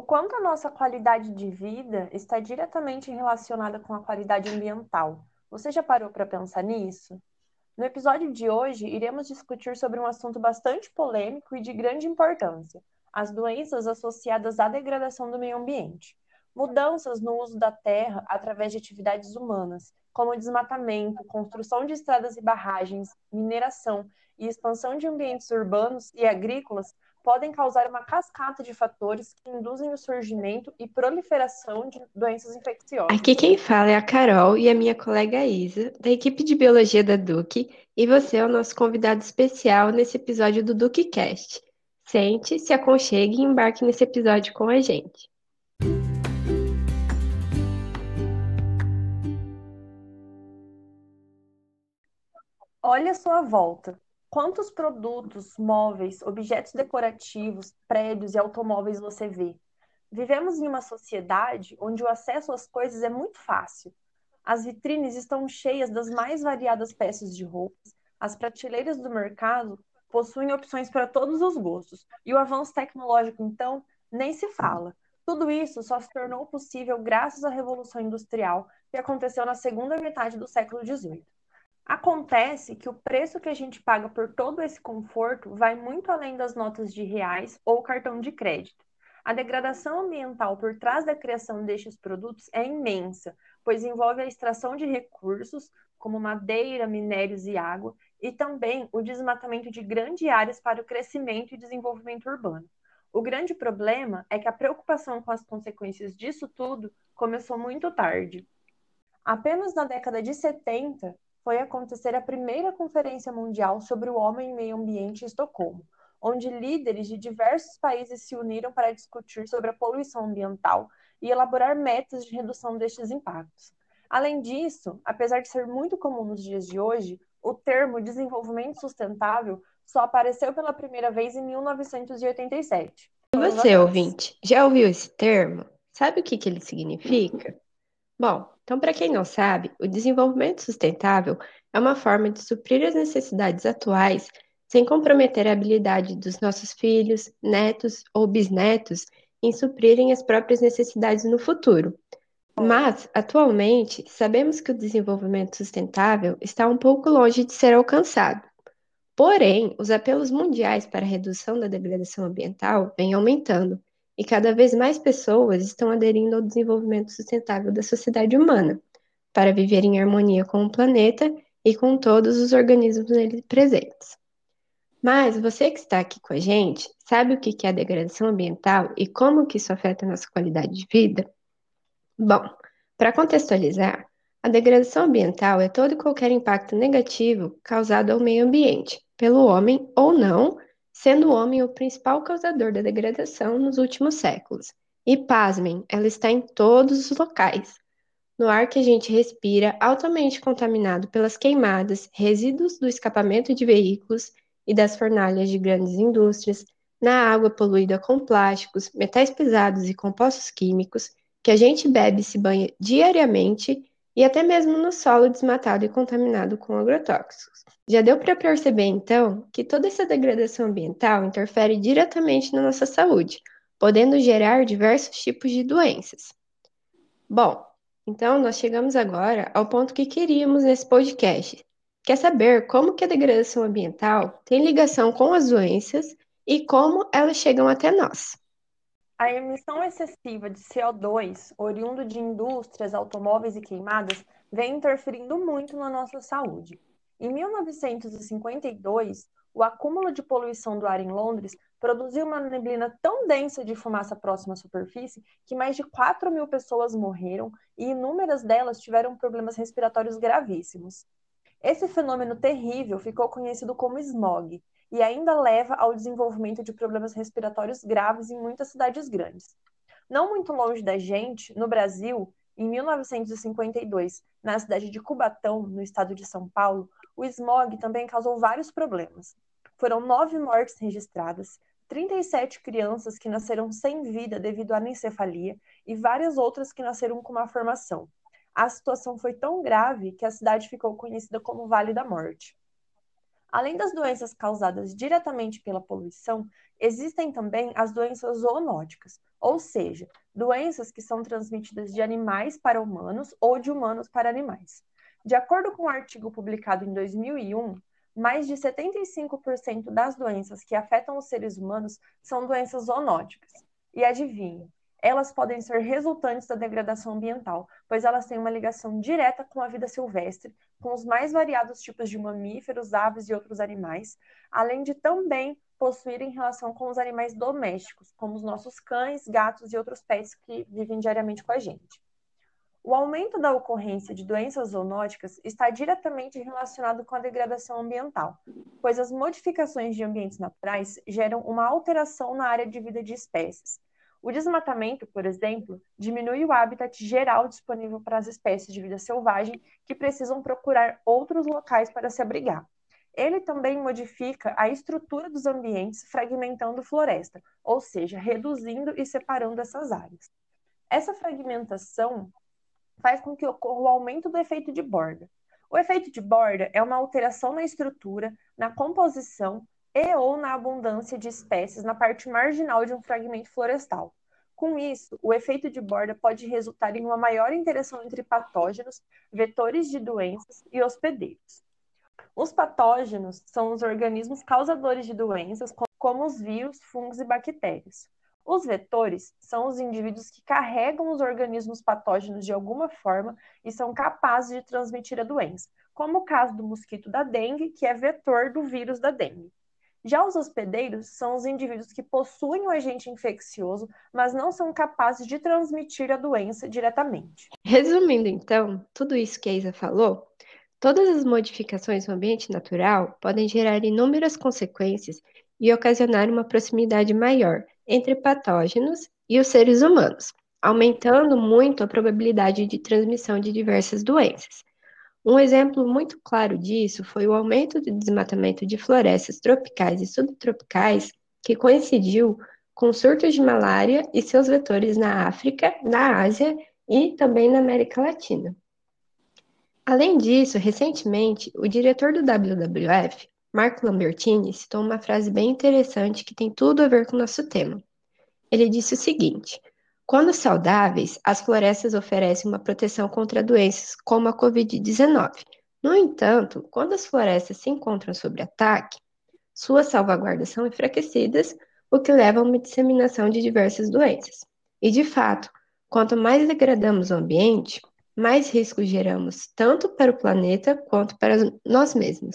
quanto a nossa qualidade de vida está diretamente relacionada com a qualidade ambiental. Você já parou para pensar nisso? No episódio de hoje, iremos discutir sobre um assunto bastante polêmico e de grande importância: as doenças associadas à degradação do meio ambiente. Mudanças no uso da terra através de atividades humanas, como desmatamento, construção de estradas e barragens, mineração e expansão de ambientes urbanos e agrícolas, podem causar uma cascata de fatores que induzem o surgimento e proliferação de doenças Aqui infecciosas. quem fala é a Carol e a minha colega Isa, da equipe de Biologia da Duque, e você é o nosso convidado especial nesse episódio do DuqueCast. Sente, se aconchegue e embarque nesse episódio com a gente. Olha a sua volta. Quantos produtos, móveis, objetos decorativos, prédios e automóveis você vê? Vivemos em uma sociedade onde o acesso às coisas é muito fácil. As vitrines estão cheias das mais variadas peças de roupas, as prateleiras do mercado possuem opções para todos os gostos, e o avanço tecnológico, então, nem se fala. Tudo isso só se tornou possível graças à Revolução Industrial que aconteceu na segunda metade do século XVIII. Acontece que o preço que a gente paga por todo esse conforto vai muito além das notas de reais ou cartão de crédito. A degradação ambiental por trás da criação destes produtos é imensa, pois envolve a extração de recursos, como madeira, minérios e água, e também o desmatamento de grandes áreas para o crescimento e desenvolvimento urbano. O grande problema é que a preocupação com as consequências disso tudo começou muito tarde. Apenas na década de 70 foi acontecer a primeira Conferência Mundial sobre o Homem e Meio Ambiente em Estocolmo, onde líderes de diversos países se uniram para discutir sobre a poluição ambiental e elaborar metas de redução destes impactos. Além disso, apesar de ser muito comum nos dias de hoje, o termo desenvolvimento sustentável só apareceu pela primeira vez em 1987, E anos você, atrás. ouvinte, já ouviu esse termo? Sabe o que ele significa? Bom, então, para quem não sabe, o desenvolvimento sustentável é uma forma de suprir as necessidades atuais sem comprometer a habilidade dos nossos filhos, netos ou bisnetos em suprirem as próprias necessidades no futuro. Mas, atualmente, sabemos que o desenvolvimento sustentável está um pouco longe de ser alcançado. Porém, os apelos mundiais para a redução da degradação ambiental vêm aumentando, e cada vez mais pessoas estão aderindo ao desenvolvimento sustentável da sociedade humana, para viver em harmonia com o planeta e com todos os organismos nele presentes. Mas você que está aqui com a gente, sabe o que é a degradação ambiental e como que isso afeta a nossa qualidade de vida? Bom, para contextualizar, a degradação ambiental é todo e qualquer impacto negativo causado ao meio ambiente, pelo homem ou não, sendo o homem o principal causador da degradação nos últimos séculos. E pasmem, ela está em todos os locais. No ar que a gente respira, altamente contaminado pelas queimadas, resíduos do escapamento de veículos e das fornalhas de grandes indústrias, na água poluída com plásticos, metais pesados e compostos químicos, que a gente bebe e se banha diariamente, e até mesmo no solo desmatado e contaminado com agrotóxicos. Já deu para perceber, então, que toda essa degradação ambiental interfere diretamente na nossa saúde, podendo gerar diversos tipos de doenças. Bom, então nós chegamos agora ao ponto que queríamos nesse podcast. Quer saber como que a degradação ambiental tem ligação com as doenças e como elas chegam até nós? A emissão excessiva de CO2, oriundo de indústrias, automóveis e queimadas, vem interferindo muito na nossa saúde. Em 1952, o acúmulo de poluição do ar em Londres produziu uma neblina tão densa de fumaça próxima à superfície que mais de 4 mil pessoas morreram e inúmeras delas tiveram problemas respiratórios gravíssimos. Esse fenômeno terrível ficou conhecido como smog e ainda leva ao desenvolvimento de problemas respiratórios graves em muitas cidades grandes. Não muito longe da gente, no Brasil, em 1952, na cidade de Cubatão, no estado de São Paulo, o smog também causou vários problemas. Foram 9 mortes registradas, 37 crianças que nasceram sem vida devido à anencefalia e várias outras que nasceram com uma formação. A situação foi tão grave que a cidade ficou conhecida como Vale da Morte. Além das doenças causadas diretamente pela poluição, existem também as doenças zoonóticas, ou seja, doenças que são transmitidas de animais para humanos ou de humanos para animais. De acordo com um artigo publicado em 2001, mais de 75% das doenças que afetam os seres humanos são doenças zoonóticas. E adivinhe, elas podem ser resultantes da degradação ambiental, pois elas têm uma ligação direta com a vida silvestre, com os mais variados tipos de mamíferos, aves e outros animais, além de também possuírem relação com os animais domésticos, como os nossos cães, gatos e outros pets que vivem diariamente com a gente. O aumento da ocorrência de doenças zoonóticas está diretamente relacionado com a degradação ambiental, pois as modificações de ambientes naturais geram uma alteração na área de vida de espécies. O desmatamento, por exemplo, diminui o habitat geral disponível para as espécies de vida selvagem que precisam procurar outros locais para se abrigar. Ele também modifica a estrutura dos ambientes, fragmentando floresta, ou seja, reduzindo e separando essas áreas. Essa fragmentação faz com que ocorra o aumento do efeito de borda. O efeito de borda é uma alteração na estrutura, na composição e ou na abundância de espécies na parte marginal de um fragmento florestal. Com isso, o efeito de borda pode resultar em uma maior interação entre patógenos, vetores de doenças e hospedeiros. Os patógenos são os organismos causadores de doenças, como os vírus, fungos e bactérias. Os vetores são os indivíduos que carregam os organismos patógenos de alguma forma e são capazes de transmitir a doença, como o caso do mosquito da dengue, que é vetor do vírus da dengue. Já os hospedeiros são os indivíduos que possuem o agente infeccioso, mas não são capazes de transmitir a doença diretamente. Resumindo, então, tudo isso que a Isa falou, todas as modificações no ambiente natural podem gerar inúmeras consequências e ocasionar uma proximidade maior entre patógenos e os seres humanos, aumentando muito a probabilidade de transmissão de diversas doenças. Um exemplo muito claro disso foi o aumento do desmatamento de florestas tropicais e subtropicais, que coincidiu com surtos de malária e seus vetores na África, na Ásia e também na América Latina. Além disso, recentemente, o diretor do WWF, Marco Lambertini, citou uma frase bem interessante que tem tudo a ver com o nosso tema. Ele disse o seguinte: quando saudáveis, as florestas oferecem uma proteção contra doenças como a Covid-19. No entanto, quando as florestas se encontram sob ataque, suas salvaguardas são enfraquecidas, o que leva a uma disseminação de diversas doenças. E, de fato, quanto mais degradamos o ambiente, mais riscos geramos tanto para o planeta quanto para nós mesmos.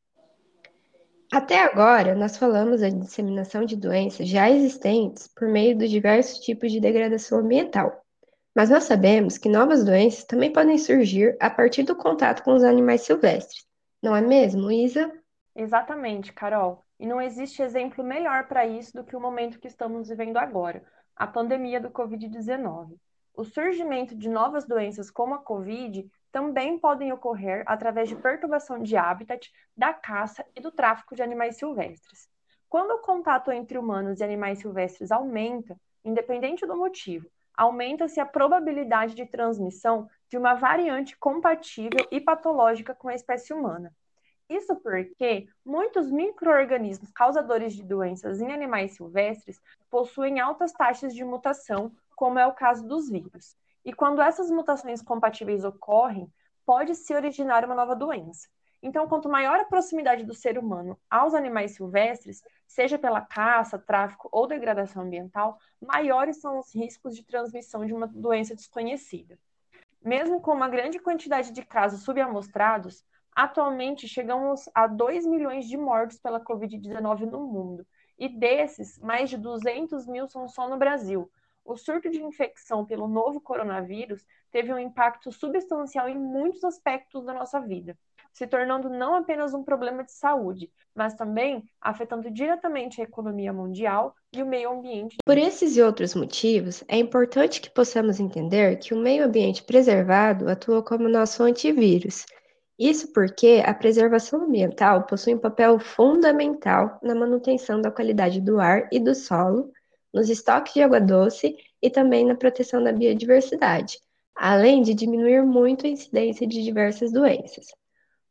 Até agora, nós falamos da disseminação de doenças já existentes por meio dos diversos tipos de degradação ambiental. Mas nós sabemos que novas doenças também podem surgir a partir do contato com os animais silvestres. Não é mesmo, Isa? Exatamente, Carol. E não existe exemplo melhor para isso do que o momento que estamos vivendo agora, a pandemia do Covid-19. O surgimento de novas doenças como a Covid também podem ocorrer através de perturbação de habitat, da caça e do tráfico de animais silvestres. Quando o contato entre humanos e animais silvestres aumenta, independente do motivo, aumenta-se a probabilidade de transmissão de uma variante compatível e patológica com a espécie humana. Isso porque muitos micro-organismos causadores de doenças em animais silvestres possuem altas taxas de mutação, como é o caso dos vírus. E quando essas mutações compatíveis ocorrem, pode-se originar uma nova doença. Então, quanto maior a proximidade do ser humano aos animais silvestres, seja pela caça, tráfico ou degradação ambiental, maiores são os riscos de transmissão de uma doença desconhecida. Mesmo com uma grande quantidade de casos subamostrados, atualmente chegamos a 2 milhões de mortos pela Covid-19 no mundo, e desses, mais de 200 mil são só no Brasil. O surto de infecção pelo novo coronavírus teve um impacto substancial em muitos aspectos da nossa vida, se tornando não apenas um problema de saúde, mas também afetando diretamente a economia mundial e o meio ambiente. Por esses e outros motivos, é importante que possamos entender que o meio ambiente preservado atua como nosso antivírus. Isso porque a preservação ambiental possui um papel fundamental na manutenção da qualidade do ar e do solo, nos estoques de água doce e também na proteção da biodiversidade, além de diminuir muito a incidência de diversas doenças.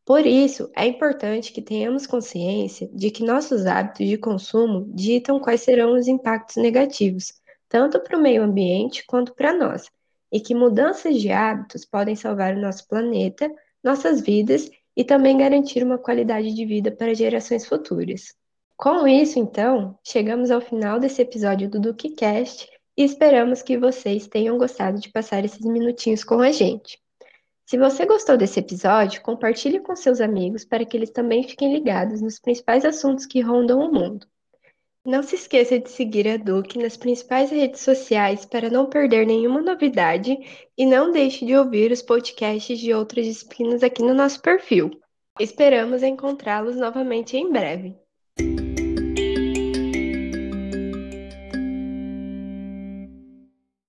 Por isso, é importante que tenhamos consciência de que nossos hábitos de consumo ditam quais serão os impactos negativos, tanto para o meio ambiente quanto para nós, e que mudanças de hábitos podem salvar o nosso planeta, nossas vidas e também garantir uma qualidade de vida para gerações futuras. Com isso, então, chegamos ao final desse episódio do DuqueCast e esperamos que vocês tenham gostado de passar esses minutinhos com a gente. Se você gostou desse episódio, compartilhe com seus amigos para que eles também fiquem ligados nos principais assuntos que rondam o mundo. Não se esqueça de seguir a Duque nas principais redes sociais para não perder nenhuma novidade e não deixe de ouvir os podcasts de outras disciplinas aqui no nosso perfil. Esperamos encontrá-los novamente em breve.